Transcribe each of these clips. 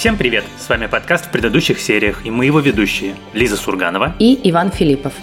Всем привет! С вами подкаст в предыдущих сериях, и мы его ведущие Лиза Сурганова и Иван Филиппов.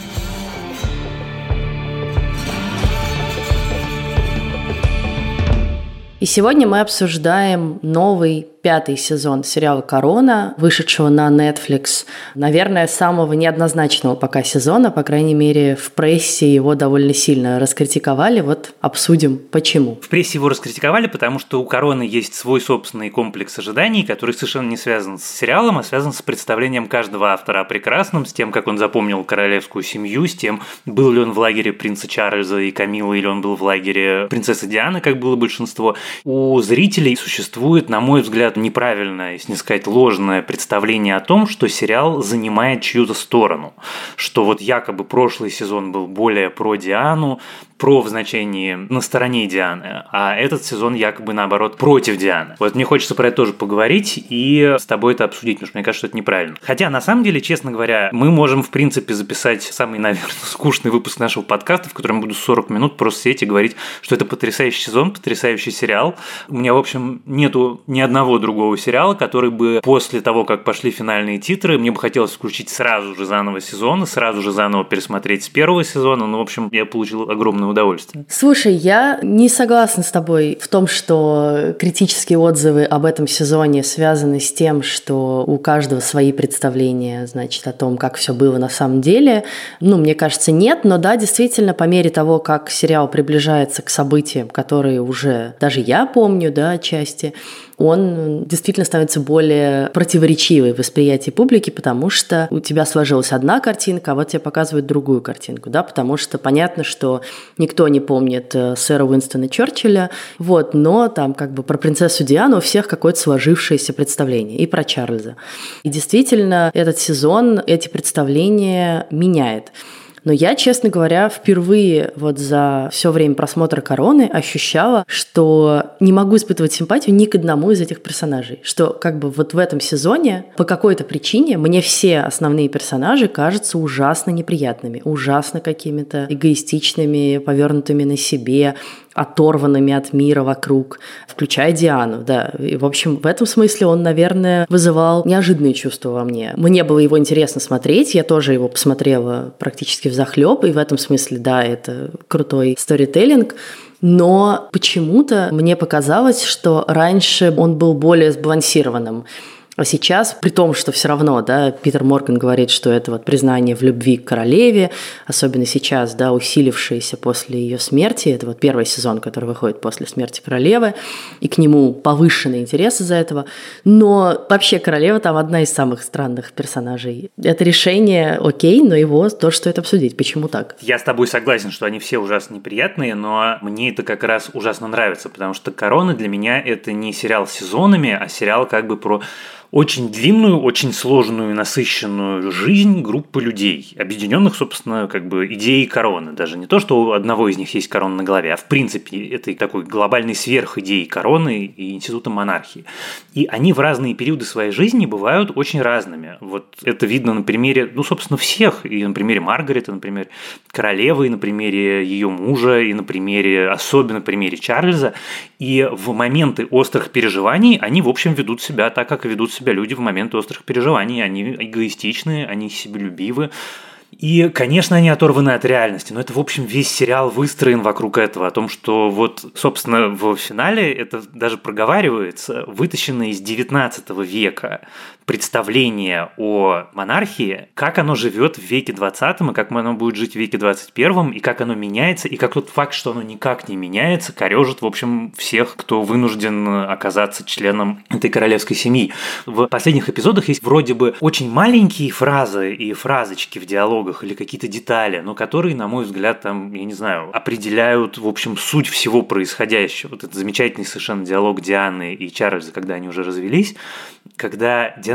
И сегодня мы обсуждаем новый 5-й сезон сериала «Корона», вышедшего на Netflix. Наверное, самого неоднозначного пока сезона, по крайней мере, в прессе его довольно сильно раскритиковали. Вот обсудим, почему. В прессе его раскритиковали, потому что у «Короны» есть свой собственный комплекс ожиданий, который совершенно не связан с сериалом, а связан с представлением каждого автора о прекрасном, с тем, как он запомнил королевскую семью, с тем, был ли он в лагере принца Чарльза и Камиллы, или он был в лагере принцессы Дианы, как было большинство. У зрителей существует, на мой взгляд, неправильное, если не сказать ложное представление о том, что сериал занимает чью-то сторону. Что вот якобы прошлый сезон был более про Диану, про в значении на стороне Дианы, а этот сезон якобы наоборот против Дианы. Вот мне хочется про это тоже поговорить и с тобой это обсудить, потому что мне кажется, что это неправильно. Хотя, на самом деле, честно говоря, мы можем, в принципе, записать самый, наверное, скучный выпуск нашего подкаста, в котором я буду 40 минут просто сидеть и говорить, что это потрясающий сезон, потрясающий сериал. У меня, в общем, нету ни одного другого сериала, который бы после того, как пошли финальные титры, мне бы хотелось включить сразу же заново сезон и сразу же заново пересмотреть с первого сезона. Ну, в общем, я получил огромное удовольствие. Слушай, я не согласна с тобой в том, что критические отзывы об этом сезоне связаны с тем, что у каждого свои представления, значит, о том, как все было на самом деле. Ну, мне кажется, нет, но да, действительно, по мере того, как сериал приближается к событиям, которые уже даже я помню, да, отчасти, он действительно становится более противоречивый в восприятии публики, потому что у тебя сложилась одна картинка, а вот тебе показывают другую картинку, да, потому что понятно, что никто не помнит сэра Уинстона Черчилля, вот, но там как бы про принцессу Диану у всех какое-то сложившееся представление, и про Чарльза. И действительно, этот сезон эти представления меняет. Но я, честно говоря, впервые вот за все время просмотра «Короны» ощущала, что не могу испытывать симпатию ни к одному из этих персонажей. Что как бы вот в этом сезоне по какой-то причине мне все основные персонажи кажутся ужасно неприятными, ужасно какими-то эгоистичными, повернутыми на себе, оторванными от мира вокруг, включая Диану, да. И, в общем, в этом смысле он, наверное, вызывал неожиданные чувства во мне. Мне было его интересно смотреть, я тоже его посмотрела практически взахлёб, и в этом смысле, да, это крутой сторителлинг. Но почему-то мне показалось, что раньше он был более сбалансированным. А сейчас, при том, что все равно, да, Питер Морган говорит, что это вот признание в любви к королеве, особенно сейчас, да, усилившееся после ее смерти, это вот первый сезон, который выходит после смерти королевы, и к нему повышенный интерес из-за этого, но вообще королева там одна из самых странных персонажей. Это решение окей, но его тоже стоит обсудить. Почему так? Я с тобой согласен, что они все ужасно неприятные, но мне это как раз ужасно нравится, потому что «Корона» для меня это не сериал с сезонами, а сериал как бы про очень длинную, очень сложную и насыщенную жизнь группы людей, объединенных, собственно, как бы идеей короны. Даже не то, что у одного из них есть корона на голове, а в принципе это такой глобальный сверхидеи короны и института монархии. И они в разные периоды своей жизни бывают очень разными. Вот это видно на примере, ну, собственно, всех. И на примере Маргарет, и на примере королевы, и на примере ее мужа, и на примере, особенно на примере Чарльза. И в моменты острых переживаний они, в общем, ведут себя так, как ведут себя люди в момент острых переживаний. Они эгоистичны, они себелюбивы. И, конечно, они оторваны от реальности, но это, в общем, весь сериал выстроен вокруг этого, о том, что вот, собственно, в финале это даже проговаривается, вытащенное из 19 века представление о монархии, как оно живет в веке 20 и как оно будет жить в веке 21, и как оно меняется, и как тот факт, что оно никак не меняется, корежит, в общем, всех, кто вынужден оказаться членом этой королевской семьи. В последних эпизодах есть вроде бы очень маленькие фразы и фразочки в диалогах или какие-то детали, но которые, на мой взгляд, там, я не знаю, определяют, в общем, суть всего происходящего. Вот этот замечательный совершенно диалог Дианы и Чарльза, когда они уже развелись, когда Диана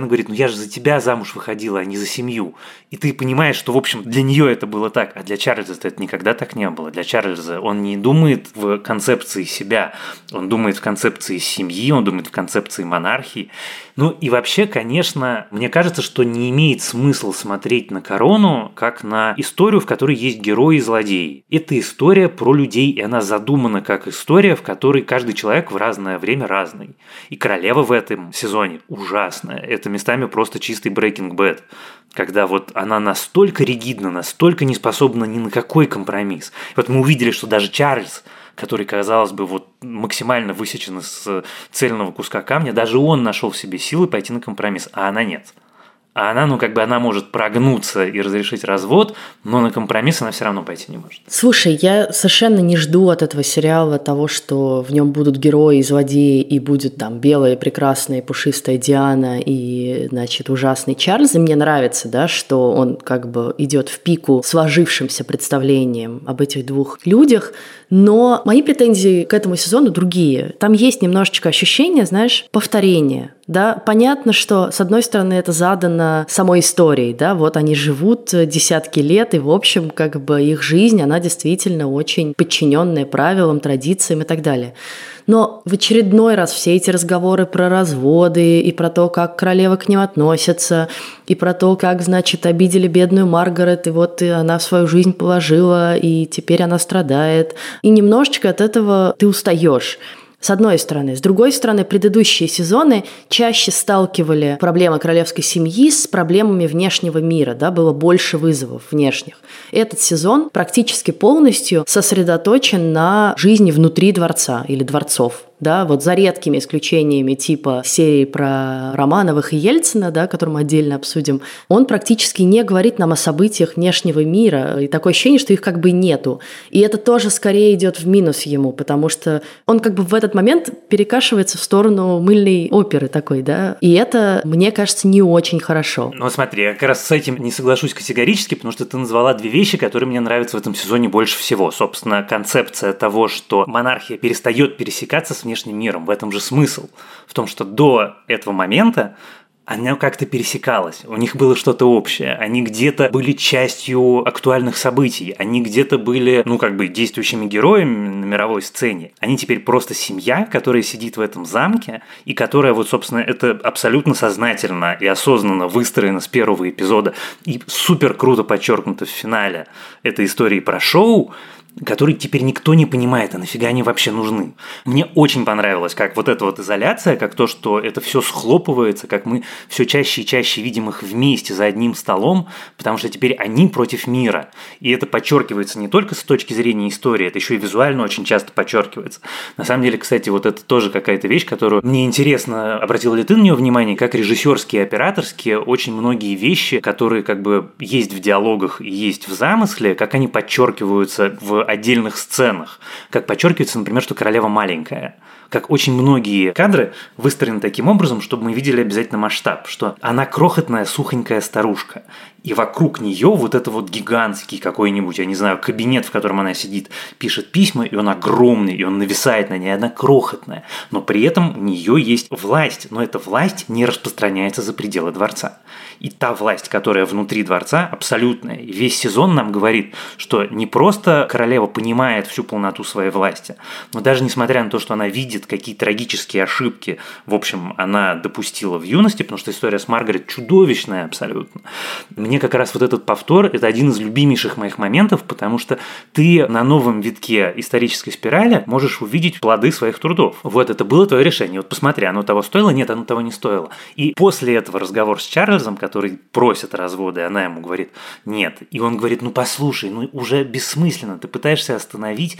постоянно говорит, ну я же за тебя замуж выходила, а не за семью. И ты понимаешь, что, в общем, для нее это было так, а для Чарльза это никогда так не было. Для Чарльза он не думает в концепции себя, он думает в концепции семьи, он думает в концепции монархии. Ну и вообще, конечно, мне кажется, что не имеет смысла смотреть на «Корону» как на историю, в которой есть герои и злодеи. Это история про людей, и она задумана как история, в которой каждый человек в разное время разный. И королева в этом сезоне ужасная. Это местами просто чистый Breaking Bad. Когда вот она настолько ригидна, настолько не способна ни на какой компромисс. И вот мы увидели, что даже Чарльз, который, казалось бы, вот максимально высечен из цельного куска камня, даже он нашел в себе силы пойти на компромисс, а она нет. А она, она может прогнуться и разрешить развод, но на компромисс она все равно пойти не может. Слушай, я совершенно не жду от этого сериала того, что в нем будут герои и злодеи, и будет там белая, прекрасная, пушистая Диана и, ужасный Чарльз. И мне нравится, да, что он идет в пику сложившимся представлением об этих двух людях. Но мои претензии к этому сезону другие. Там есть немножечко ощущение, повторения. Да, понятно, что, с одной стороны, это задано самой историей, да, вот они живут десятки лет, и, в общем, их жизнь, она действительно очень подчиненная правилам, традициям и так далее. Но в очередной раз все эти разговоры про разводы и про то, как королева к ним относится, и про то, как, обидели бедную Маргарет, и вот она в свою жизнь положила, и теперь она страдает. И немножечко от этого ты устаешь. С одной стороны. С другой стороны, предыдущие сезоны чаще сталкивали проблемы королевской семьи с проблемами внешнего мира, да, было больше вызовов внешних. Этот сезон практически полностью сосредоточен на жизни внутри дворца или дворцов. Да, вот за редкими исключениями типа серии про Романовых и Ельцина, да, которую мы отдельно обсудим, он практически не говорит нам о событиях внешнего мира, и такое ощущение, что их нету. И это тоже скорее идет в минус ему, потому что он в этот момент перекашивается в сторону мыльной оперы такой, да, и это, мне кажется, не очень хорошо. Ну смотри, я как раз с этим не соглашусь категорически, потому что ты назвала две вещи, которые мне нравятся в этом сезоне больше всего. Собственно, концепция того, что монархия перестает пересекаться с внешним миром. В этом же смысл. В том, что до этого момента она как-то пересекалась, у них было что-то общее, они где-то были частью актуальных событий, они где-то были, действующими героями на мировой сцене. Они теперь просто семья, которая сидит в этом замке, и которая, собственно, это абсолютно сознательно и осознанно выстроено с первого эпизода, и супер круто подчеркнуто в финале этой истории про шоу, который теперь никто не понимает, а нафига они вообще нужны. Мне очень понравилось, как эта изоляция, как то, что это все схлопывается, как мы все чаще и чаще видим их вместе за одним столом, потому что теперь они против мира. И это подчеркивается не только с точки зрения истории, это еще и визуально очень часто подчеркивается. На самом деле, кстати, это тоже какая-то вещь, которую мне интересно, обратила ли ты на нее внимание, как режиссерские и операторские, очень многие вещи, которые есть в диалогах и есть в замысле, как они подчеркиваются в отдельных сценах. Как подчеркивается, например, что королева маленькая. Как очень многие кадры выстроены таким образом, чтобы мы видели обязательно масштаб, что она крохотная, сухонькая старушка. И вокруг нее это гигантский какой-нибудь, я не знаю, кабинет, в котором она сидит, пишет письма, и он огромный, и он нависает на ней, она крохотная. Но при этом у нее есть власть, но эта власть не распространяется за пределы дворца. И та власть, которая внутри дворца, абсолютная. И весь сезон нам говорит, что не просто королева понимает всю полноту своей власти, но даже несмотря на то, что она видит, какие трагические ошибки, в общем, она допустила в юности, потому что история с Маргарет чудовищная абсолютно. Мне как раз этот повтор – это один из любимейших моих моментов, потому что ты на новом витке исторической спирали можешь увидеть плоды своих трудов. Это было твое решение. Посмотри, оно того стоило? Нет, оно того не стоило. И после этого разговор с Чарльзом, который просит развода, и она ему говорит «нет». И он говорит послушай, уже бессмысленно, ты пытаешься остановить,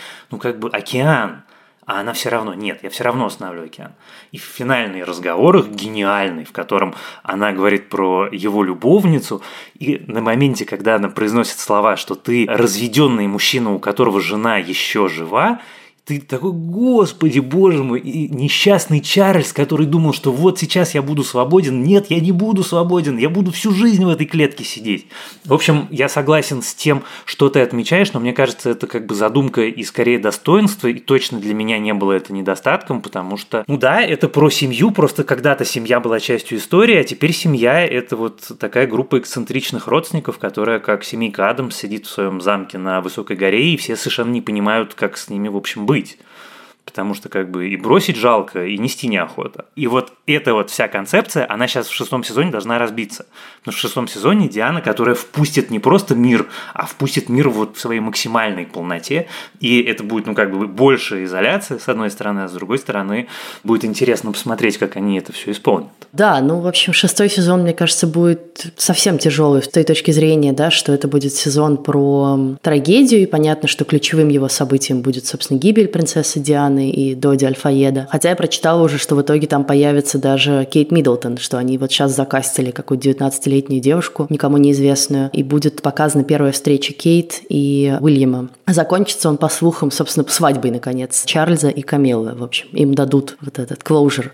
океан. А она все равно, нет, я все равно останавливаю океан. И в финальных разговорах, гениальный, в котором она говорит про его любовницу, и на моменте, когда она произносит слова, что ты разведенный мужчина, у которого жена еще жива, ты такой, господи, боже мой, и несчастный Чарльз, который думал, что вот сейчас я буду свободен. Нет, я не буду свободен, я буду всю жизнь в этой клетке сидеть. В общем, я согласен с тем, что ты отмечаешь, но мне кажется, это как бы задумка и скорее достоинство, и точно для меня не было это недостатком, потому что, ну да, это про семью, просто когда-то семья была частью истории, а теперь семья – это вот такая группа эксцентричных родственников, которая, как семейка Адамс, сидит в своем замке на высокой горе, и все совершенно не понимают, как с ними, в общем, быть. Потому что как бы и бросить жалко, и нести неохота. И вот эта вот вся концепция, она сейчас в 6 сезоне должна разбиться. Потому что в 6 сезоне Диана, которая впустит не просто мир, а впустит мир вот в своей максимальной полноте. И это будет, ну, как бы больше изоляция, с одной стороны, а с другой стороны, будет интересно посмотреть, как они это все исполнят. Да, ну, в общем, 6 сезон, мне кажется, будет совсем тяжелый с той точки зрения, да, что это будет сезон про трагедию, и понятно, что ключевым его событием будет, собственно, гибель принцессы Дианы и Доди Аль-Фаеда. Хотя я прочитала уже, что в итоге там появится даже Кейт Миддлтон, что они вот сейчас закастили какую-то 19-летнюю девушку, никому неизвестную, и будет показана первая встреча Кейт и Уильяма. Закончится он, по слухам, собственно, свадьбой, наконец, Чарльза и Камиллы. В общем, им дадут вот этот closure.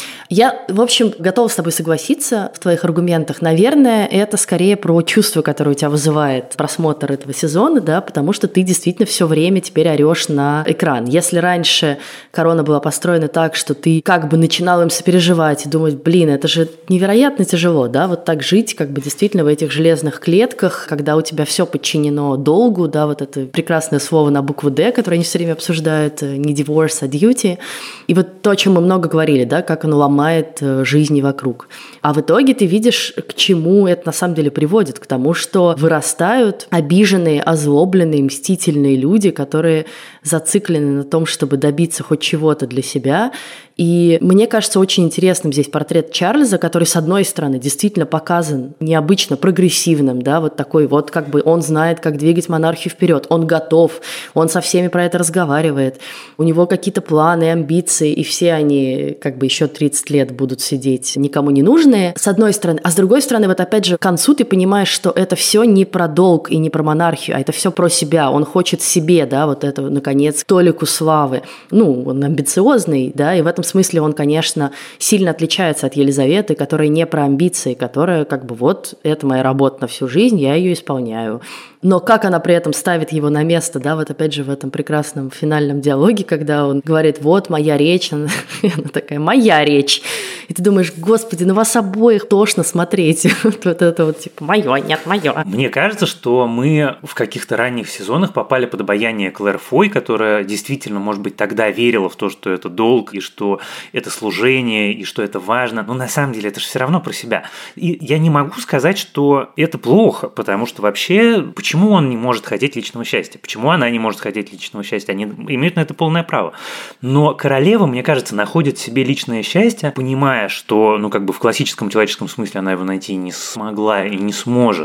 Я, в общем, готова с тобой согласиться в твоих аргументах. Наверное, это скорее про чувство, которое у тебя вызывает просмотр этого сезона, да, потому что ты действительно все время теперь орешь на экран. Если раньше «Корона» была построена так, что ты как бы начинал им сопереживать и думать, блин, это же невероятно тяжело, да, вот так жить как бы действительно в этих железных клетках, когда у тебя все подчинено долгу, да, вот это прекрасное слово на букву «Д», которое они все время обсуждают, не divorce, а duty. И вот то, о чем мы много говорили, да, как оно ломает жизни вокруг. А в итоге ты видишь, к чему это на самом деле приводит, к тому, что вырастают обиженные, озлобленные, мстительные люди, которые зациклены на том, чтобы добиться хоть чего-то для себя. И мне кажется очень интересным здесь портрет Чарльза, который, с одной стороны, действительно показан необычно прогрессивным, да, вот такой вот, как бы он знает, как двигать монархию вперед, он готов, он со всеми про это разговаривает, у него какие-то планы, амбиции, и все они как бы еще 30 лет будут сидеть никому не нужные, с одной стороны. А с другой стороны, вот опять же, к концу ты понимаешь, что это все не про долг и не про монархию, а это все про себя. Он хочет себе, да, вот это, наконец, толику славы. Ну, он амбициозный, да, и в этом смысле он, конечно, сильно отличается от Елизаветы, которая не про амбиции, которая как бы вот, это моя работа на всю жизнь, я ее исполняю. Но как она при этом ставит его на место, да, вот опять же в этом прекрасном финальном диалоге, когда он говорит, вот моя речь, она такая, моя речь. И ты думаешь, господи, на вас обоих тошно смотреть. Вот это вот типа, мое, нет, мое. Мне кажется, что мы в каких-то ранних сезонах попали под обаяние Клэр Фой, которая действительно, может быть, тогда верила в то, что это долг, и что это служение, и что это важно. Но на самом деле это же все равно про себя. И я не могу сказать, что это плохо, потому что вообще, почему он не может хотеть личного счастья? Почему она не может хотеть личного счастья? Они имеют на это полное право. Но королева, мне кажется, находит в себе личное счастье, понимая, что, ну, как бы в классическом человеческом смысле она его найти не смогла и не сможет,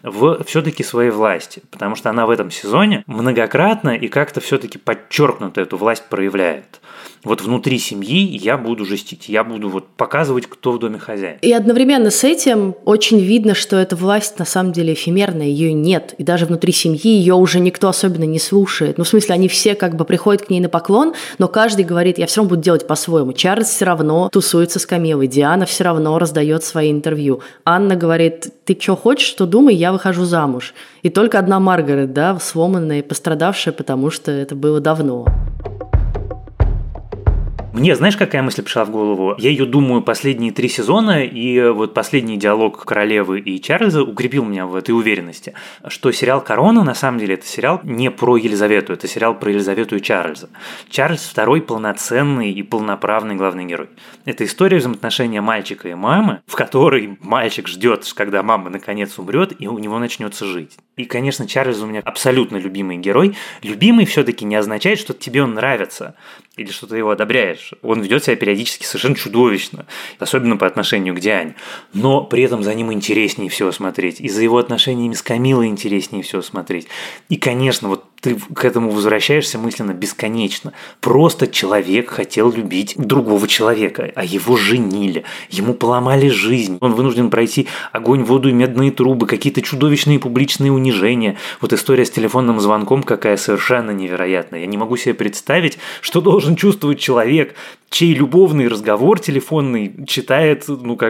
в все-таки своей власти. Потому что она в этом сезоне многократно и как-то все-таки подчеркнуто эту власть проявляет. Вот внутри семьи я буду жестить, я буду вот показывать, кто в доме хозяин. И одновременно с этим очень видно, что эта власть на самом деле эфемерная, ее нет. И даже внутри семьи ее уже никто особенно не слушает. Ну, в смысле, они все как бы приходят к ней на поклон, но каждый говорит, я все равно буду делать по-своему. Чарльз все равно тусуется с Камиллой, Диана все равно раздает свои интервью. Анна говорит, ты что хочешь, что думай, я выхожу замуж. И только одна Маргарет, да, сломанная и пострадавшая, потому что это было давно. Мне, знаешь, какая мысль пришла в голову? Я ее думаю последние 3 сезона, и вот последний диалог королевы и Чарльза укрепил меня в этой уверенности, что сериал «Корона» на самом деле это сериал не про Елизавету, это сериал про Елизавету и Чарльза. Чарльз – второй полноценный и полноправный главный герой. Это история взаимоотношения мальчика и мамы, в которой мальчик ждет, когда мама наконец умрет, и у него начнется жить. И, конечно, Чарльз у меня абсолютно любимый герой. Любимый все-таки не означает, что тебе он нравится или что ты его одобряешь. Он ведет себя периодически совершенно чудовищно, особенно по отношению к Диане. Но при этом за ним интереснее всего смотреть. И за его отношениями с Камиллой интереснее всего смотреть. И, конечно, вот ты к этому возвращаешься мысленно бесконечно. Просто человек хотел любить другого человека, а его женили, ему поломали жизнь. Он вынужден пройти огонь, воду и медные трубы, какие-то чудовищные публичные унижения. Вот история с телефонным звонком какая совершенно невероятная. Я не могу себе представить, что должен чувствовать человек, чей любовный разговор телефонный читает,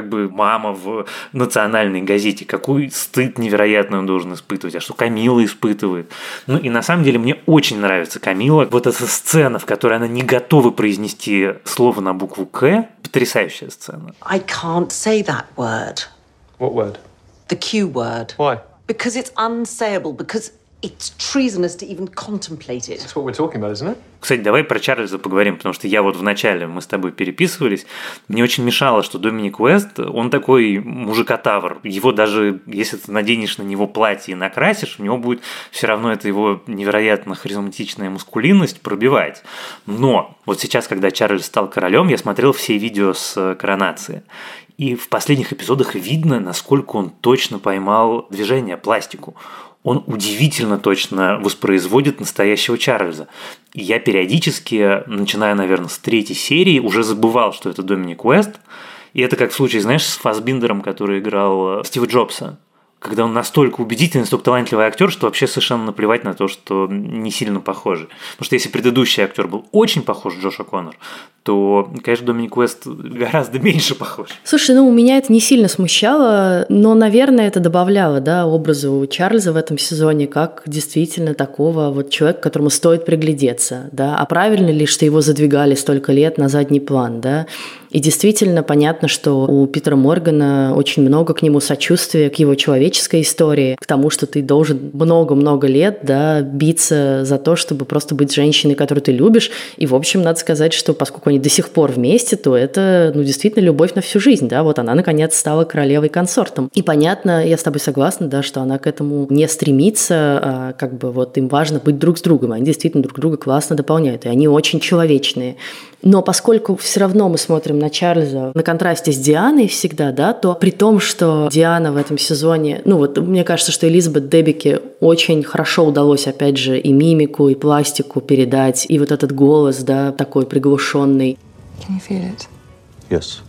мама в национальной газете. Какой стыд невероятный он должен испытывать, а что Камила испытывает. И на самом деле мне очень нравится Камила. Вот эта сцена, в которой она не готова произнести слово на букву «К», потрясающая сцена. I can't say that word. What word? The Q word. Why? Because it's unsayable, because it's treasonous to even contemplate it. That's what we're talking about, isn't it? Кстати, давай про Чарльза поговорим, потому что я вот вначале, мы с тобой переписывались, мне очень мешало, что Доминик Уэст, он такой мужикотавр. Его даже, если ты наденешь на него платье и накрасишь, у него будет все равно это его невероятно харизматичная мускулинность пробивать. Но вот сейчас, когда Чарльз стал королем, я смотрел все видео с коронации. И в последних эпизодах видно, насколько он точно поймал движение, пластику. Он удивительно точно воспроизводит настоящего Чарльза. И я периодически, начиная, наверное, с 3-й серии, уже забывал, что это Доминик Уэст. И это как в случае, знаешь, с Фассбиндером, который играл Стива Джобса. Когда он настолько убедительный, настолько талантливый актер, что вообще совершенно наплевать на то, что не сильно похожи. Потому что если предыдущий актер был очень похож на Джоша Коннор, то, конечно, Доминик Уэст гораздо меньше похож. Слушай, у меня это не сильно смущало, но, наверное, это добавляло, образу Чарльза в этом сезоне как действительно такого вот человека, к которому стоит приглядеться, А правильно ли, что его задвигали столько лет на задний план, И действительно понятно, что у Питера Моргана очень много к нему сочувствия, к его человеческой истории, к тому, что ты должен много-много лет биться за то, чтобы просто быть женщиной, которую ты любишь. И, в общем, надо сказать, что поскольку они до сих пор вместе, то это действительно любовь на всю жизнь. Вот она, наконец, стала королевой-консортом. И понятно, я с тобой согласна, что она к этому не стремится, им важно быть друг с другом. Они действительно друг друга классно дополняют, и они очень человечные. Но поскольку все равно мы смотрим на Чарльза на контрасте с Дианой всегда, то при том, что Диана в этом сезоне, мне кажется, что Элизабет Дебике очень хорошо удалось, опять же, и мимику, и пластику передать, и вот этот голос, такой приглушенный. Can you feel it? Yes.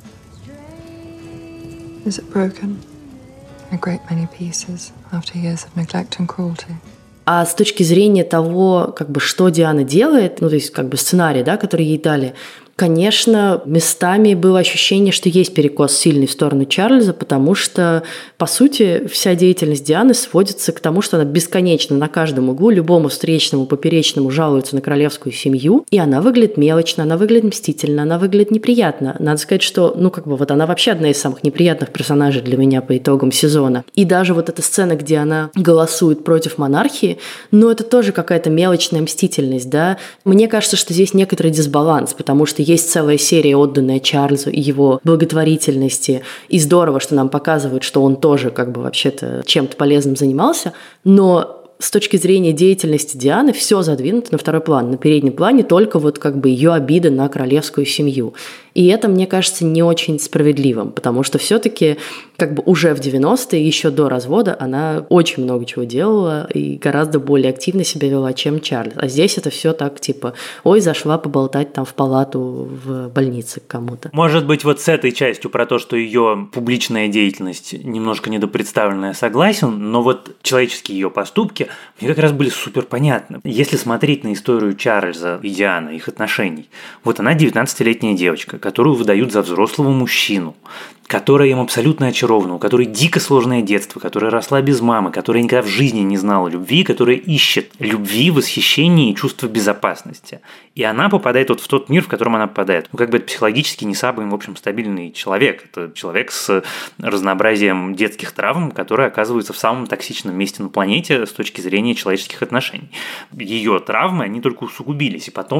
Is it broken? In a great many pieces after years of neglect and cruelty. А с точки зрения того, что Диана делает, то есть сценарий, который ей дали, конечно, местами было ощущение, что есть перекос сильный в сторону Чарльза, потому что, по сути, вся деятельность Дианы сводится к тому, что она бесконечно на каждом углу, любому встречному, поперечному жалуется на королевскую семью, и она выглядит мелочно, она выглядит мстительно, она выглядит неприятно. Надо сказать, что, она вообще одна из самых неприятных персонажей для меня по итогам сезона. И даже вот эта сцена, где она голосует против монархии, это тоже какая-то мелочная мстительность, Мне кажется, что здесь некоторый дисбаланс, потому что есть целая серия, отданная Чарльзу и его благотворительности, и здорово, что нам показывают, что он тоже вообще-то чем-то полезным занимался, но с точки зрения деятельности Дианы все задвинуто на второй план. На переднем плане только ее обида на королевскую семью. И это, мне кажется, не очень справедливым, потому что все-таки уже в 90-е, еще до развода, она очень много чего делала и гораздо более активно себя вела, чем Чарльз. А здесь это все так, зашла поболтать в палату в больнице к кому-то. Может быть, вот с этой частью про то, что ее публичная деятельность немножко недопредставленная, согласен, но вот человеческие ее поступки мне как раз были супер понятны. Если смотреть на историю Чарльза и Дианы, их отношений, вот она 19-летняя девочка, которую выдают за взрослого мужчину, которая им абсолютно очарована, у которой дико сложное детство, которая росла без мамы, которая никогда в жизни не знала любви, которая ищет любви, восхищения и чувства безопасности. И она попадает в тот мир, в котором она попадает. Это психологически не самый, в общем, стабильный человек. Это человек с разнообразием детских травм, который оказывается в самом токсичном месте на планете с точки зрения человеческих отношений. Ее травмы, они только усугубились. И потом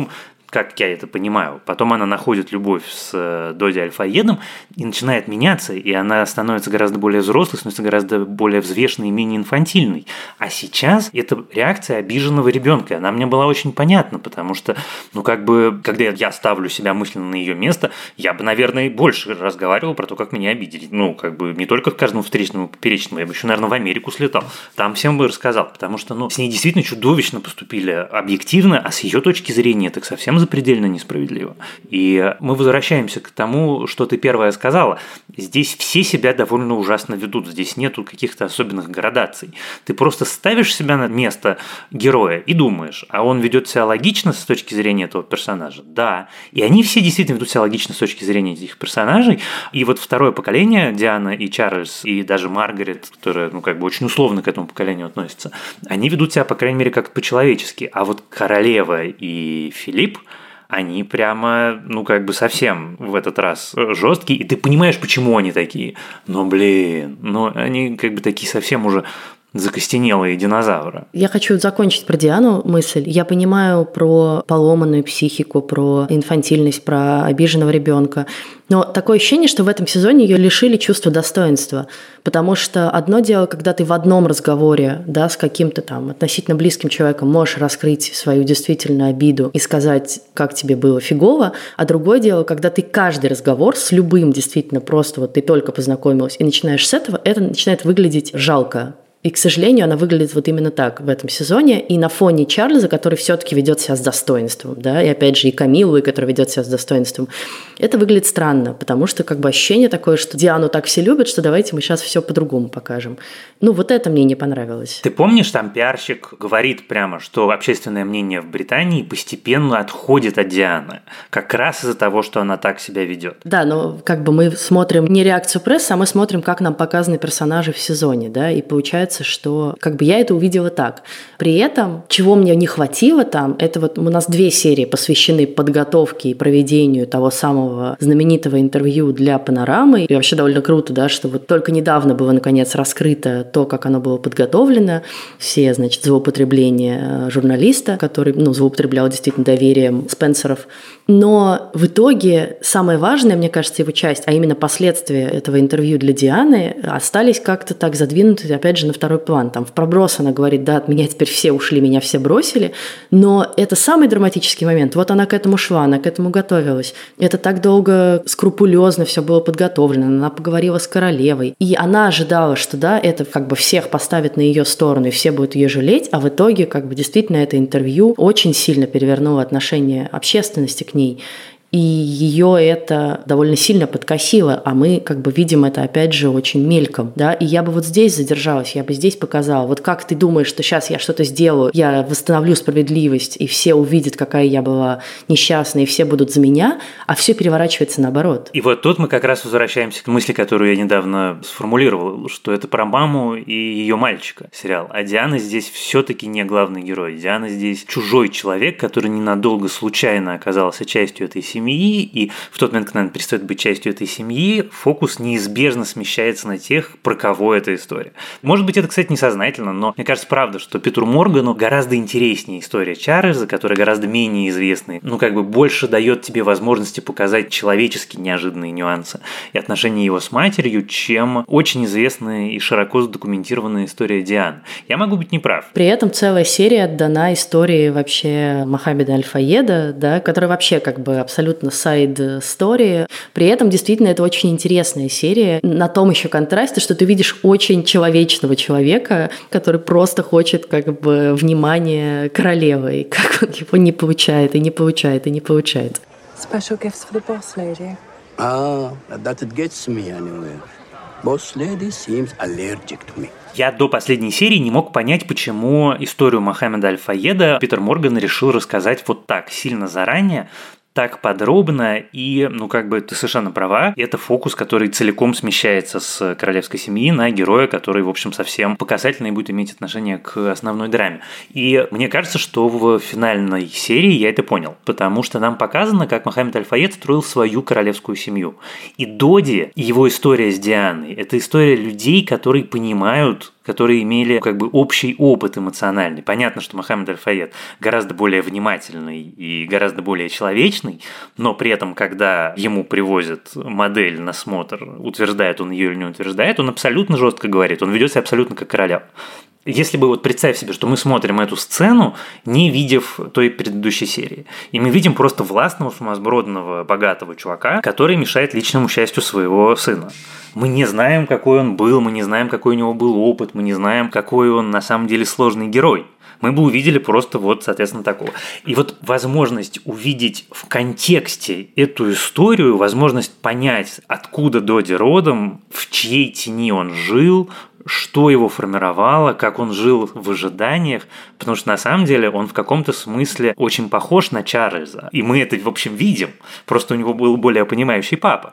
как я это понимаю. Потом она находит любовь с Доди Альфаедом и начинает меняться, и она становится гораздо более взрослой, становится гораздо более взвешенной и менее инфантильной. А сейчас это реакция обиженного ребенка. Она мне была очень понятна, потому что, когда я ставлю себя мысленно на ее место, я бы, наверное, больше разговаривал про то, как меня обидели. Не только к каждому встречному и поперечному, я бы еще, наверное, в Америку слетал. Там всем бы рассказал, потому что, с ней действительно чудовищно поступили объективно, а с ее точки зрения так совсем запредельно несправедливо. И мы возвращаемся к тому, что ты первая сказала. Здесь все себя довольно ужасно ведут, здесь нету каких-то особенных градаций. Ты просто ставишь себя на место героя и думаешь, а он ведет себя логично с точки зрения этого персонажа? Да. И они все действительно ведут себя логично с точки зрения этих персонажей. И вот второе поколение, Диана и Чарльз, и даже Маргарет, которая, очень условно к этому поколению относится, они ведут себя, по крайней мере, как-то по-человечески. А вот королева и Филипп, они прямо, совсем в этот раз жесткие, и ты понимаешь, почему они такие. Но, они такие совсем уже закостенелые динозавры. Я хочу закончить про Диану мысль. Я понимаю про поломанную психику, про инфантильность, про обиженного ребенка. Но такое ощущение, что в этом сезоне ее лишили чувства достоинства. Потому что одно дело, когда ты в одном разговоре, с каким-то относительно близким человеком можешь раскрыть свою действительно обиду и сказать, как тебе было фигово, а другое дело, когда ты каждый разговор с любым действительно просто ты только познакомилась и начинаешь с этого, это начинает выглядеть жалко. И, к сожалению, она выглядит вот именно так в этом сезоне. И на фоне Чарльза, который все-таки ведет себя с достоинством, и опять же и Камиллы, которая ведет себя с достоинством, это выглядит странно, потому что ощущение такое, что Диану так все любят, что давайте мы сейчас все по-другому покажем. Вот это мне не понравилось. Ты помнишь, там пиарщик говорит прямо, что общественное мнение в Британии постепенно отходит от Дианы, как раз из-за того, что она так себя ведет. Да, но мы смотрим не реакцию прессы, а мы смотрим, как нам показаны персонажи в сезоне, и получается, что я это увидела так. При этом, чего мне не хватило там, это у нас 2 серии посвящены подготовке и проведению того самого знаменитого интервью для Панорамы. И вообще довольно круто, что только недавно было наконец раскрыто то, как оно было подготовлено. Все, злоупотребления журналиста, который, злоупотреблял действительно доверием Спенсеров. Но в итоге самое важное, мне кажется, его часть, а именно последствия этого интервью для Дианы, остались как-то так задвинуты, опять же, на второй план. Там в проброс она говорит, от меня теперь все ушли, меня все бросили. Но это самый драматический момент. Вот она к этому шла, она к этому готовилась. Это так долго, скрупулезно все было подготовлено. Она поговорила с королевой. И она ожидала, что это всех поставит на ее сторону, и все будут ее жалеть. А в итоге действительно это интервью очень сильно перевернуло отношение общественности к ней. И ее это довольно сильно подкосило, а мы видим это опять же очень мельком, И я бы здесь задержалась, я бы здесь показала. Как ты думаешь, что сейчас я что-то сделаю, я восстановлю справедливость, и все увидят, какая я была несчастная, и все будут за меня, а все переворачивается наоборот. И вот тут мы как раз возвращаемся к мысли, которую я недавно сформулировал, что это про маму и ее мальчика сериал. А Диана здесь все-таки не главный герой. Диана здесь чужой человек, который ненадолго случайно оказался частью этой семьи, и в тот момент, когда она перестает быть частью этой семьи, фокус неизбежно смещается на тех, про кого эта история. Может быть, это, кстати, несознательно, но мне кажется, правда, что Питеру Моргану гораздо интереснее история Чарльза, которая гораздо менее известная, больше дает тебе возможности показать человеческие неожиданные нюансы и отношения его с матерью, чем очень известная и широко задокументированная история Дианы. Я могу быть неправ. При этом целая серия отдана истории вообще Мохаммеда Аль-Фаеда, которая вообще абсолютно сайд-стори. При этом действительно это очень интересная серия. На том еще контрасте, что ты видишь очень человечного человека, который просто хочет внимания королевы. И как он его не получает, и не получает, и не получает. Special gifts for the boss lady. That it gets me anywhere. Boss lady seems allergic to me. Я до последней серии не мог понять, почему историю Мохаммеда Аль-Фаеда Питер Морган решил рассказать вот так сильно заранее, так подробно, и, ты совершенно права, это фокус, который целиком смещается с королевской семьи на героя, который, в общем, совсем показательно и будет иметь отношение к основной драме. И мне кажется, что в финальной серии я это понял, потому что нам показано, как Мохаммед Аль-Фаед строил свою королевскую семью. И Доди, его история с Дианой, это история людей, которые понимают, которые имели как бы общий опыт эмоциональный. Понятно, что Мохаммед Аль-Файед гораздо более внимательный и гораздо более человечный, но при этом, когда ему привозят модель на смотр, утверждает он ее или не утверждает, он абсолютно жестко говорит, он ведет себя абсолютно как королева. Если бы вот представь себе, что мы смотрим эту сцену, не видев той предыдущей серии, и мы видим просто властного, сумасбродного, богатого чувака, который мешает личному счастью своего сына. Мы не знаем, какой он был, мы не знаем, какой у него был опыт, мы не знаем, какой он на самом деле сложный герой. Мы бы увидели просто вот, соответственно, такого. И вот возможность увидеть в контексте эту историю, возможность понять, откуда Доди родом, в чьей тени он жил, что его формировало, как он жил в ожиданиях, потому что на самом деле он в каком-то смысле очень похож на Чарльза. И мы это, в общем, видим, просто у него был более понимающий папа.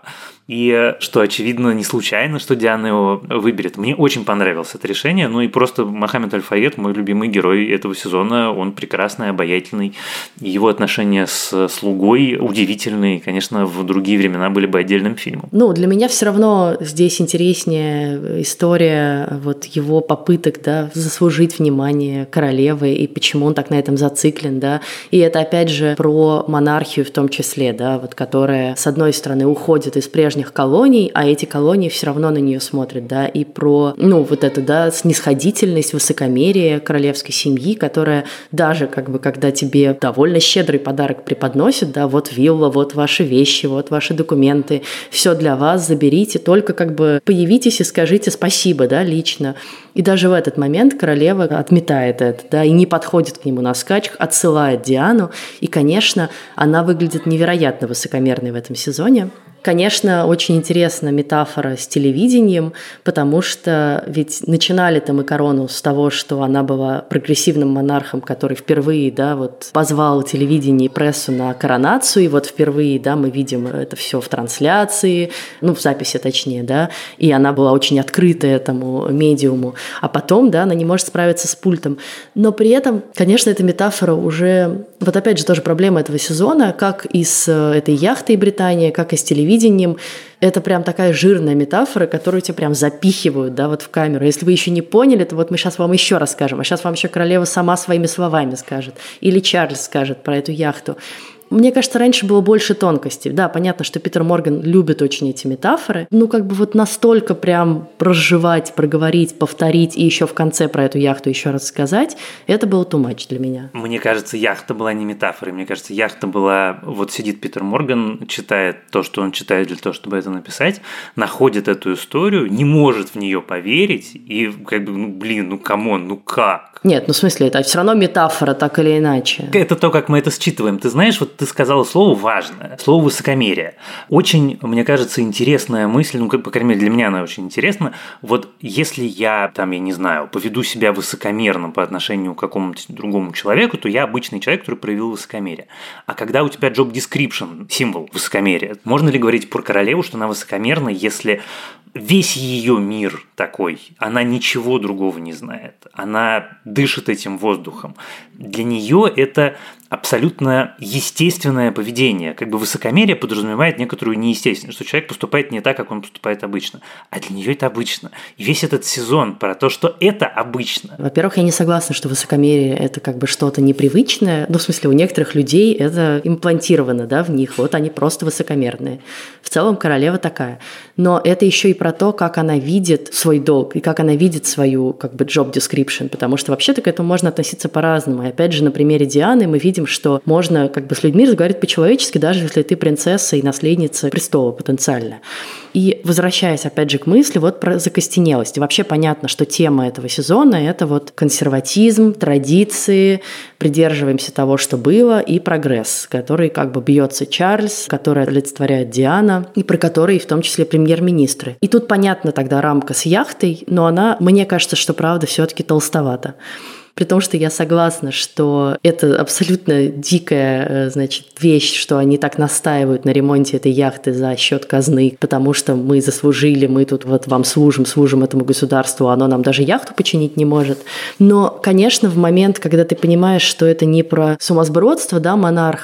И что, очевидно, не случайно, что Диана его выберет. Мне очень понравилось это решение. Ну и просто Мохаммед Аль-Файед, мой любимый герой этого сезона, он прекрасный, обаятельный. Его отношения с слугой удивительные. Конечно, в другие времена были бы отдельным фильмом. Ну, для меня все равно здесь интереснее история вот его попыток, да, заслужить внимание королевы и почему он так на этом зациклен, да. И это, опять же, про монархию в том числе, да, вот которая, с одной стороны, уходит из прежних колоний, а эти колонии все равно на нее смотрят, да, и про, ну, вот эту, да, снисходительность, высокомерие королевской семьи, которая даже, как бы, когда тебе довольно щедрый подарок преподносит, да, вот вилла, вот ваши вещи, вот ваши документы, все для вас, заберите, только как бы появитесь и скажите спасибо, да, лично. И даже в этот момент королева отметает это, да, и не подходит к нему на скачках, отсылает Диану, и, конечно, она выглядит невероятно высокомерной в этом сезоне. Конечно, очень интересна метафора с телевидением, потому что ведь начинали-то мы корону с того, что она была прогрессивным монархом, который впервые, да, вот позвал телевидение и прессу на коронацию, и вот впервые, да, мы видим это все в трансляции, ну, в записи точнее, да, и она была очень открыта этому медиуму, а потом, да, она не может справиться с пультом. Но при этом, конечно, эта метафора уже, вот опять же тоже проблема этого сезона, как и с этой яхтой Британии, как и с телевидением. Это прям такая жирная метафора, которую тебе прям запихивают, да, вот в камеру. Если вы еще не поняли, то вот мы сейчас вам еще расскажем. А сейчас вам еще королева сама своими словами скажет. Или Чарльз скажет про эту яхту. Мне кажется, раньше было больше тонкостей. Да, понятно, что Питер Морган любит очень эти метафоры. Ну, как бы вот настолько прям проживать, проговорить, повторить и еще в конце про эту яхту еще раз сказать, это было too much для меня. Мне кажется, яхта была не метафорой. Мне кажется, яхта была... Вот сидит Питер Морган, читает то, что он читает для того, чтобы это написать, находит эту историю, не может в нее поверить и как бы, ну, блин, ну, камон, ну как? Нет, ну, в смысле, это все равно метафора, так или иначе. Это то, как мы это считываем. Ты знаешь, вот ты сказала слово важное, слово высокомерие. Очень, мне кажется, интересная мысль, ну, по крайней мере, для меня она очень интересна. Вот если я, там, я не знаю, поведу себя высокомерно по отношению к какому-то другому человеку, то я обычный человек, который проявил высокомерие. А когда у тебя job description, символ высокомерия, можно ли говорить про королеву, что она высокомерна, если весь ее мир такой, она ничего другого не знает, она дышит этим воздухом. Для нее это абсолютно естественное поведение. Как бы высокомерие подразумевает некоторую неестественность, что человек поступает не так, как он поступает обычно. А для нее это обычно. И весь этот сезон про то, что это обычно. Во-первых, я не согласна, что высокомерие – это как бы что-то непривычное. Ну, в смысле, у некоторых людей это имплантировано, да, в них. Вот они просто высокомерные. В целом королева такая. Но это еще и про то, как она видит свой долг и как она видит свою как бы job description. Потому что вообще-то к этому можно относиться по-разному. И опять же, на примере Дианы мы видим, что можно как бы с людьми разговаривать по-человечески, даже если ты принцесса и наследница престола потенциально. И возвращаясь опять же к мысли вот про закостенелость. И вообще понятно, что тема этого сезона – это вот консерватизм, традиции, придерживаемся того, что было, и прогресс, который как бы бьется Чарльз, который олицетворяет Диана, и про который в том числе премьер-министры. И тут понятна тогда рамка с яхтой, но она, мне кажется, что правда все-таки толстовата. При том, что я согласна, что это абсолютно дикая, значит, вещь, что они так настаивают на ремонте этой яхты за счет казны, потому что мы заслужили, мы тут вот вам служим этому государству, а оно нам даже яхту починить не может. Но, конечно, в момент, когда ты понимаешь, что это не про сумасбродство, да, монарха,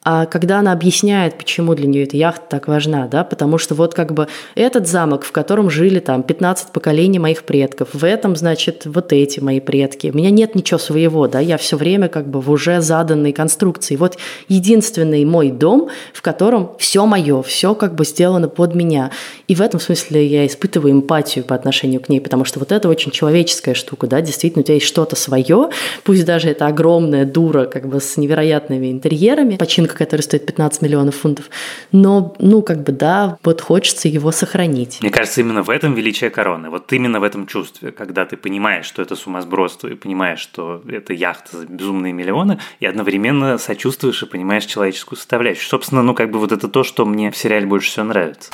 А когда она объясняет, почему для нее эта яхта так важна, да, потому что вот как бы этот замок, в котором жили там 15 поколений моих предков, в этом, значит, вот эти мои предки. У меня нет ничего своего, да, я все время как бы в уже заданной конструкции. Вот единственный мой дом, в котором все мое, все как бы сделано под меня. И в этом смысле я испытываю эмпатию по отношению к ней, потому что вот это очень человеческая штука, да, действительно, у тебя есть что-то свое, пусть даже это огромная дура как бы с невероятными интерьерами, починка, которая стоит 15 миллионов фунтов, но, ну, как бы, да, вот хочется его сохранить. Мне кажется, именно в этом величие короны, вот именно в этом чувстве, когда ты понимаешь, что это сумасбродство, и понимаешь, что это яхта за безумные миллионы, и одновременно сочувствуешь и понимаешь человеческую составляющую. Собственно, ну, как бы вот это то, что мне в сериале больше всего нравится.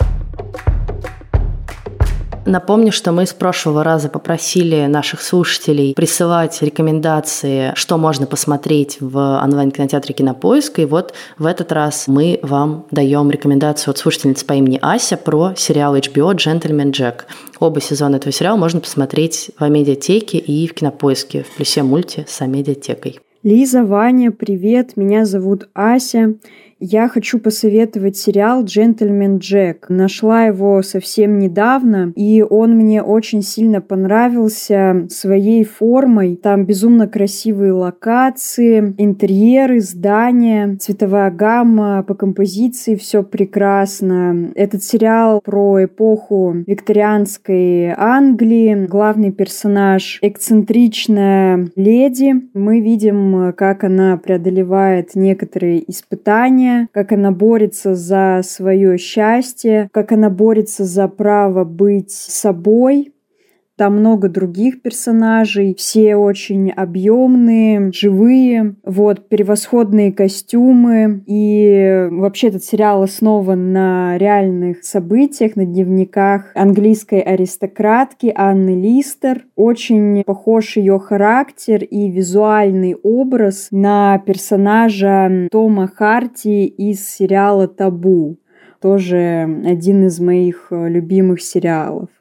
Напомню, что мы с прошлого раза попросили наших слушателей присылать рекомендации, что можно посмотреть в онлайн-кинотеатре «Кинопоиск». И вот в этот раз мы вам даем рекомендацию от слушательницы по имени Ася про сериал HBO «Джентльмен Джек». Оба сезона этого сериала можно посмотреть в Амедиатеке и в «Кинопоиске» в плюсе мульти с Амедиатекой. Лиза, Ваня, привет, меня зовут Ася. Я хочу посоветовать сериал «Джентльмен Джек». Нашла его совсем недавно, и он мне очень сильно понравился своей формой. Там безумно красивые локации, интерьеры, здания, цветовая гамма, по композиции все прекрасно. Этот сериал про эпоху викторианской Англии. Главный персонаж — эксцентричная леди. Мы видим, как она преодолевает некоторые испытания, как она борется за свое счастье, как она борется за право быть собой. Там много других персонажей, все очень объемные, живые, вот, превосходные костюмы. И вообще этот сериал основан на реальных событиях, на дневниках английской аристократки Анны Листер. Очень похож ее характер и визуальный образ на персонажа Тома Харди из сериала «Табу». Тоже один из моих любимых сериалов.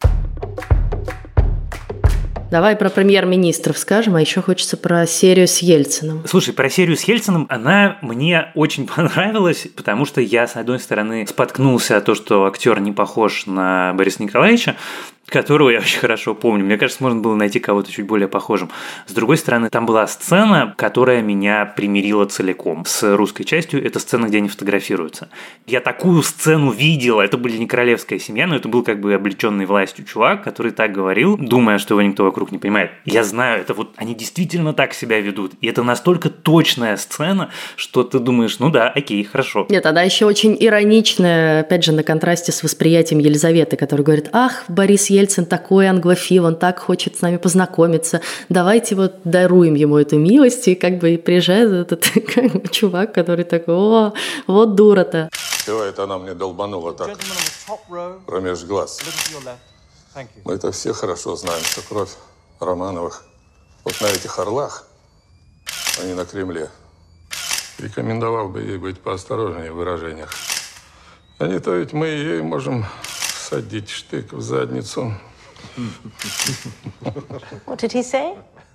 Давай про премьер-министров скажем, а еще хочется про серию с Ельциным. Слушай, про серию с Ельциным, она мне очень понравилась, потому что я, с одной стороны, споткнулся о том, что актер не похож на Бориса Николаевича, которого я очень хорошо помню. Мне кажется, можно было найти кого-то чуть более похожим. С другой стороны, там была сцена, которая меня примирила целиком с русской частью. Это сцена, где они фотографируются. Я такую сцену видела. Это были не королевская семья, но это был как бы облеченный властью чувак, который так говорил, думая, что его никто вокруг не понимает. Я знаю, это вот они действительно так себя ведут. И это настолько точная сцена, что ты думаешь, ну да, окей, хорошо. Нет, она еще очень ироничная, опять же, на контрасте с восприятием Елизаветы, которая говорит: ах, Борис Ельцин такой англофил, он так хочет с нами познакомиться, давайте вот даруем ему эту милость, и как бы приезжает этот как бы чувак, который такой: о, вот дура-то. Чего это она мне долбанула так промеж глаз? Мы это все хорошо знаем, что кровь Романовых вот на этих орлах, а не на Кремле. Рекомендовал бы ей быть поосторожнее в выражениях. А не то ведь мы ей можем садить штык в задницу. What did he say?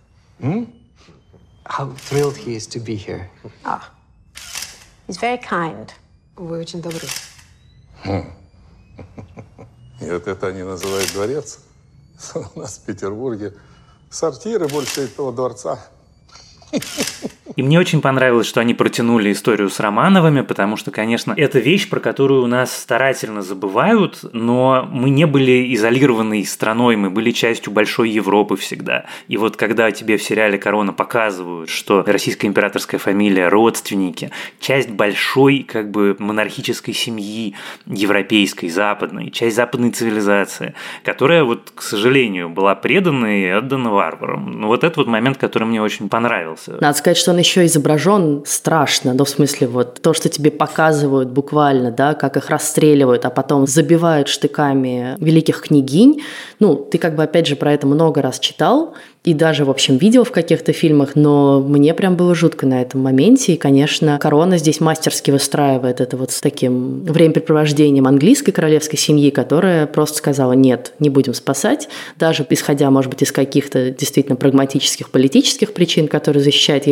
How thrilled he is to be here. Ah, he's very kind. Вы очень добры. И вот это они называют дворец. У нас в Петербурге сортиры больше этого дворца. И мне очень понравилось, что они протянули историю с Романовыми, потому что, конечно, это вещь, про которую у нас старательно забывают, но мы не были изолированной страной, мы были частью большой Европы всегда. И вот когда тебе в сериале «Корона» показывают, что российская императорская фамилия, родственники, часть большой как бы монархической семьи европейской, западной, часть западной цивилизации, которая вот, к сожалению, была предана и отдана варварам. Ну вот это вот момент, который мне очень понравился. Надо сказать, что он еще изображен страшно, ну, в смысле, вот то, что тебе показывают буквально, да, как их расстреливают, а потом забивают штыками великих княгинь. Ну, ты как бы, опять же, про это много раз читал и даже, в общем, видел в каких-то фильмах, но мне прям было жутко на этом моменте, и, конечно, «Корона» здесь мастерски выстраивает это вот с таким времяпрепровождением английской королевской семьи, которая просто сказала: нет, не будем спасать, даже исходя, может быть, из каких-то действительно прагматических политических причин, которые защищает Елизавета.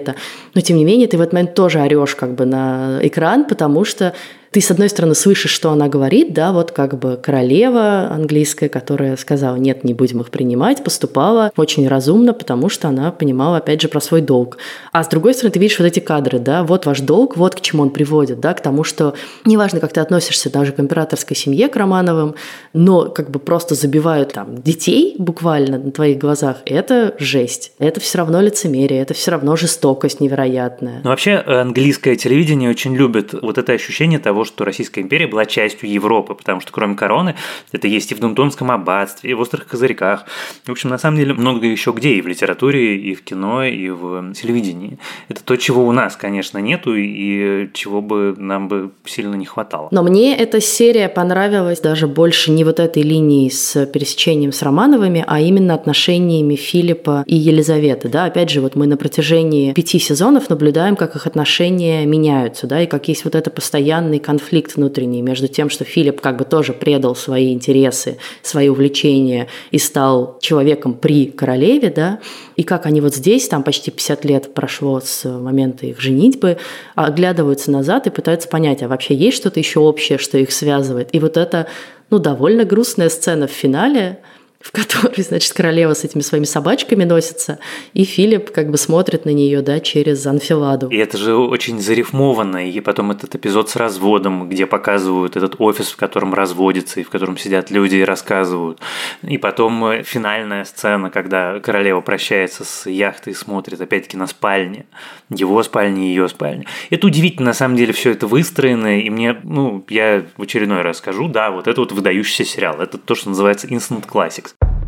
Елизавета. Но, тем не менее, ты в этот момент тоже орешь как бы на экран, потому что ты, с одной стороны, слышишь, что она говорит, да, вот как бы королева английская, которая сказала, нет, не будем их принимать, поступала очень разумно, потому что она понимала, опять же, про свой долг. А с другой стороны, ты видишь вот эти кадры, да, вот ваш долг, вот к чему он приводит, да, к тому, что неважно, как ты относишься даже к императорской семье, к Романовым, но как бы просто забивают там детей буквально на твоих глазах, это жесть. Это все равно лицемерие, это все равно жестокость невероятная. Но вообще английское телевидение очень любит вот это ощущение того, что Российская империя была частью Европы, потому что кроме короны это есть и в Дунтонском аббатстве, и в Острых козырьках. В общем, на самом деле много еще где, и в литературе, и в кино, и в телевидении. Это то, чего у нас, конечно, нету, и чего бы нам бы сильно не хватало. Но мне эта серия понравилась даже больше не вот этой линии с пересечением с Романовыми, а именно отношениями Филиппа и Елизаветы. Да? Опять же, вот мы на протяжении 5 сезонов наблюдаем, как их отношения меняются, да, и как есть вот это постоянный конфликт внутренний между тем, что Филипп как бы тоже предал свои интересы, свои увлечения и стал человеком при королеве, да, и как они вот здесь, там почти 50 лет прошло с момента их женитьбы, оглядываются назад и пытаются понять, а вообще есть что-то еще общее, что их связывает. И вот это, довольно грустная сцена в финале, в которой, значит, королева с этими своими собачками носится, и Филипп как бы смотрит на нее, да, через анфиладу. И это же очень зарифмованно, и потом этот эпизод с разводом, где показывают этот офис, в котором разводятся, и в котором сидят люди и рассказывают. И потом финальная сцена, когда королева прощается с яхтой и смотрит опять-таки на спальни, его спальни и ее спальни. Это удивительно, на самом деле, все это выстроено, и мне, я в очередной раз скажу, да, вот это вот выдающийся сериал, это то, что называется Instant Classics.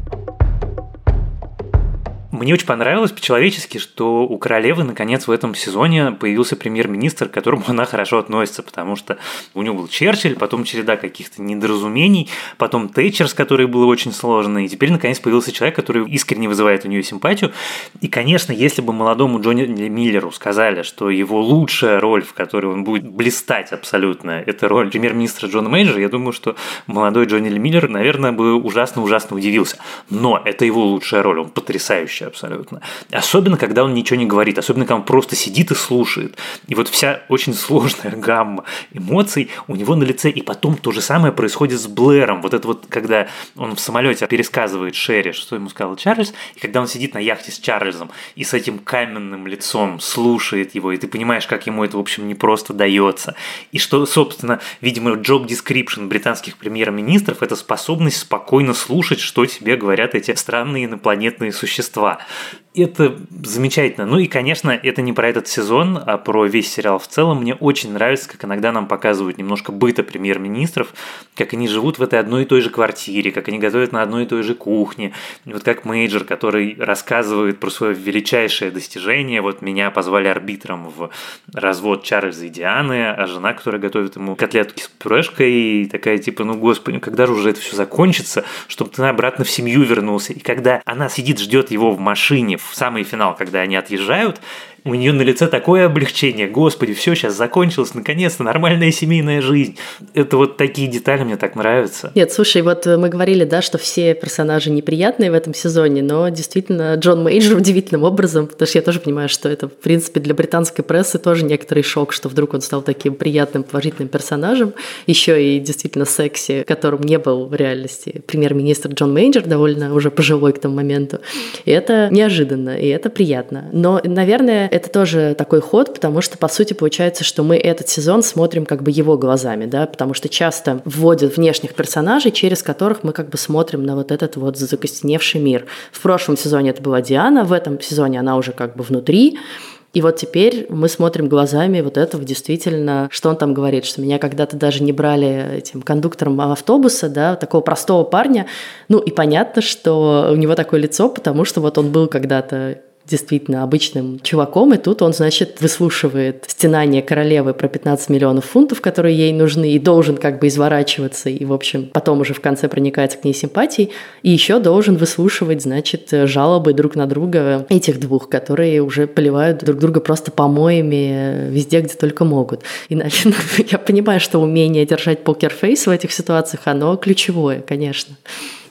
Мне очень понравилось по-человечески, что у королевы наконец в этом сезоне появился премьер-министр, к которому она хорошо относится, потому что у него был Черчилль, потом череда каких-то недоразумений, потом Тэтчер, с которой было очень сложно, и теперь наконец появился человек, который искренне вызывает у нее симпатию. И, конечно, если бы молодому Джонни Миллеру сказали, что его лучшая роль, в которой он будет блистать абсолютно, это роль премьер-министра Джона Мейджора, я думаю, что молодой Джонни Миллер, наверное, бы ужасно-ужасно удивился. Но это его лучшая роль, он потрясающий абсолютно. Особенно, когда он ничего не говорит, особенно, когда он просто сидит и слушает. И вот вся очень сложная гамма эмоций у него на лице. И потом то же самое происходит с Блэром. Вот это вот, когда он в самолете пересказывает Шерри, что ему сказал Чарльз, и когда он сидит на яхте с Чарльзом и с этим каменным лицом слушает его, и ты понимаешь, как ему это, в общем, не просто дается. И что, собственно, видимо, job description британских премьер-министров – это способность спокойно слушать, что тебе говорят эти странные инопланетные существа. Это замечательно. Ну и, конечно, это не про этот сезон, а про весь сериал в целом. Мне очень нравится, как иногда нам показывают немножко быта премьер-министров, как они живут в этой одной и той же квартире, как они готовят на одной и той же кухне. И вот как Мейджор, который рассказывает про свое величайшее достижение. Вот меня позвали арбитром в развод Чарльза и Дианы, а жена, которая готовит ему котлетки с пюрешкой, и такая типа, господи, когда же уже это все закончится, чтобы ты обратно в семью вернулся. И когда она сидит, ждет его в машине, в самый финал, когда они отъезжают, у нее на лице такое облегчение. Господи, все, сейчас закончилось, наконец-то нормальная семейная жизнь. Это вот такие детали мне так нравятся. Нет, слушай, вот мы говорили, да, что все персонажи неприятные в этом сезоне, но действительно Джон Мейджор удивительным образом, потому что я тоже понимаю, что это, в принципе, для британской прессы тоже некоторый шок, что вдруг он стал таким приятным, положительным персонажем, еще и действительно секси, которым не был в реальности премьер-министр Джон Мейджор, довольно уже пожилой к тому моменту. И это неожиданно, и это приятно. Но, наверное, это тоже такой ход, потому что, по сути, получается, что мы этот сезон смотрим как бы его глазами, да, потому что часто вводят внешних персонажей, через которых мы как бы смотрим на вот этот вот закостеневший мир. В прошлом сезоне это была Диана, в этом сезоне она уже как бы внутри. И вот теперь мы смотрим глазами вот этого действительно, что он там говорит, что меня когда-то даже не брали этим кондуктором автобуса, да, такого простого парня. И понятно, что у него такое лицо, потому что вот он был когда-то действительно обычным чуваком, и тут он, значит, выслушивает стенание королевы про 15 миллионов фунтов, которые ей нужны, и должен как бы изворачиваться, и, в общем, потом уже в конце проникается к ней симпатией, и еще должен выслушивать, значит, жалобы друг на друга этих двух, которые уже поливают друг друга просто помоями везде, где только могут. И, наверное, я понимаю, что умение держать покерфейс в этих ситуациях, оно ключевое, конечно.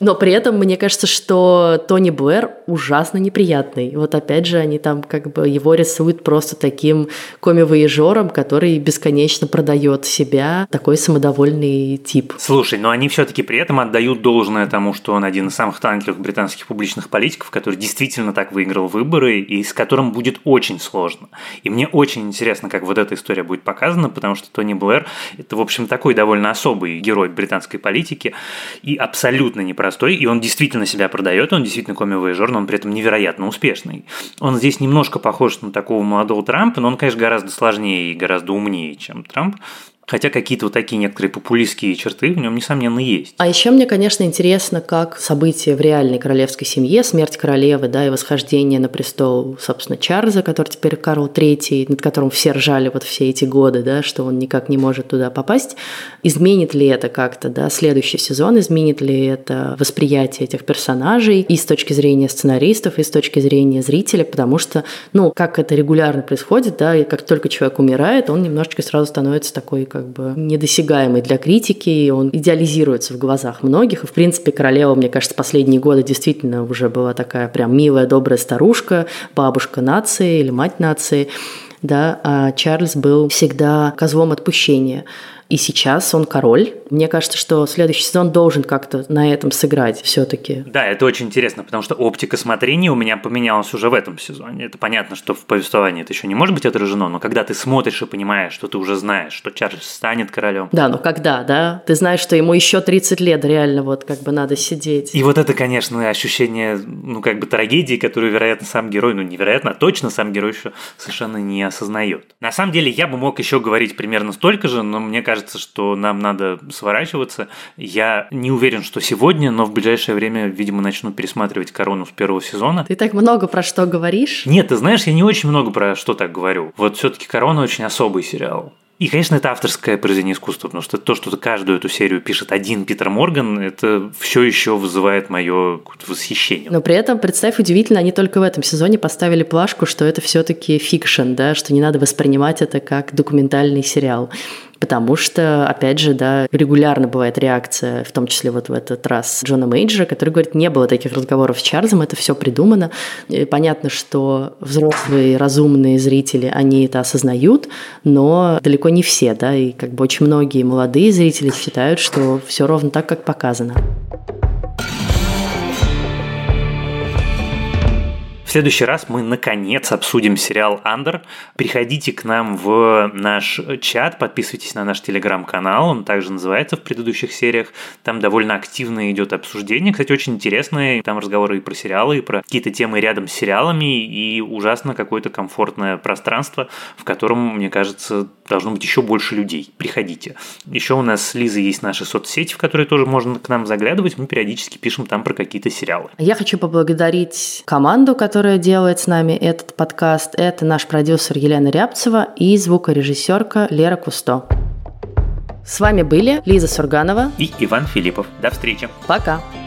Но при этом мне кажется, что Тони Блэр ужасно неприятный. Вот опять же, они там как бы его рисуют просто таким коми-вояжером, который бесконечно продает себя, такой самодовольный тип. Слушай, но они все-таки при этом отдают должное тому, что он один из самых талантливых британских публичных политиков, который действительно так выиграл выборы и с которым будет очень сложно. И мне очень интересно, как вот эта история будет показана, потому что Тони Блэр – это, в общем, такой довольно особый герой британской политики и абсолютно непростой, и он действительно себя продает, он действительно коми-вояжер, но он при этом невероятно успешный. Он здесь немножко похож на такого молодого Трампа, но он, конечно, гораздо сложнее и гораздо умнее, чем Трамп. Хотя какие-то вот такие некоторые популистские черты в нем, несомненно, есть. А еще мне, конечно, интересно, как события в реальной королевской семье, смерть королевы, да, и восхождение на престол, собственно, Чарльза, который теперь Карл III, над которым все ржали вот все эти годы, да, что он никак не может туда попасть. Изменит ли это как-то, да, следующий сезон, изменит ли это восприятие этих персонажей и с точки зрения сценаристов, и с точки зрения зрителя, потому что, как это регулярно происходит, да, и как только человек умирает, он немножечко сразу становится такой, как бы недосягаемый для критики, и он идеализируется в глазах многих. И, в принципе, королева, мне кажется, последние годы действительно уже была такая прям милая, добрая старушка, бабушка нации или мать нации, да, а Чарльз был всегда козлом отпущения. И сейчас он король. Мне кажется, что следующий сезон должен как-то на этом сыграть все-таки. Да, это очень интересно, потому что оптика смотрения у меня поменялась уже в этом сезоне. Это понятно, что в повествовании это еще не может быть отражено, но когда ты смотришь и понимаешь, что ты уже знаешь, что Чарльз станет королем. Да, но когда, да? Ты знаешь, что ему еще 30 лет реально вот как бы надо сидеть. И вот это, конечно, ощущение, как бы трагедии, которую, вероятно, сам герой, невероятно, а точно сам герой еще совершенно не осознает. На самом деле, я бы мог еще говорить примерно столько же, но мне кажется, что нам надо сворачиваться. Я не уверен, что сегодня, но в ближайшее время, видимо, начну пересматривать «Корону» с первого сезона. Ты так много про что говоришь? Нет, ты знаешь, я не очень много про что так говорю. Вот все-таки «Корона» очень особый сериал. И, конечно, это авторское произведение искусства, потому что то, что каждую эту серию пишет один Питер Морган, это все еще вызывает мое восхищение. Но при этом, представь, удивительно, они только в этом сезоне поставили плашку, что это все-таки фикшн, да, что не надо воспринимать это как документальный сериал. Потому что, опять же, да, регулярно бывает реакция, в том числе вот в этот раз Джона Мейджора, который говорит, не было таких разговоров с Чарльзом, это все придумано. И понятно, что взрослые, разумные зрители, они это осознают, но далеко не все, да, и как бы очень многие молодые зрители считают, что все ровно так, как показано. В следующий раз мы, наконец, обсудим сериал «Андер». Приходите к нам в наш чат, подписывайтесь на наш телеграм-канал, он также называется в предыдущих сериях. Там довольно активно идет обсуждение, кстати, очень интересное. Там разговоры и про сериалы, и про какие-то темы рядом с сериалами, и ужасно какое-то комфортное пространство, в котором, мне кажется, должно быть еще больше людей. Приходите. Еще у нас с Лизой есть наши соцсети, в которые тоже можно к нам заглядывать. Мы периодически пишем там про какие-то сериалы. Я хочу поблагодарить команду, которая делает с нами этот подкаст. Это наш продюсер Елена Рябцева и звукорежиссерка Лера Кусто. С вами были Лиза Сурганова и Иван Филиппов. До встречи. Пока.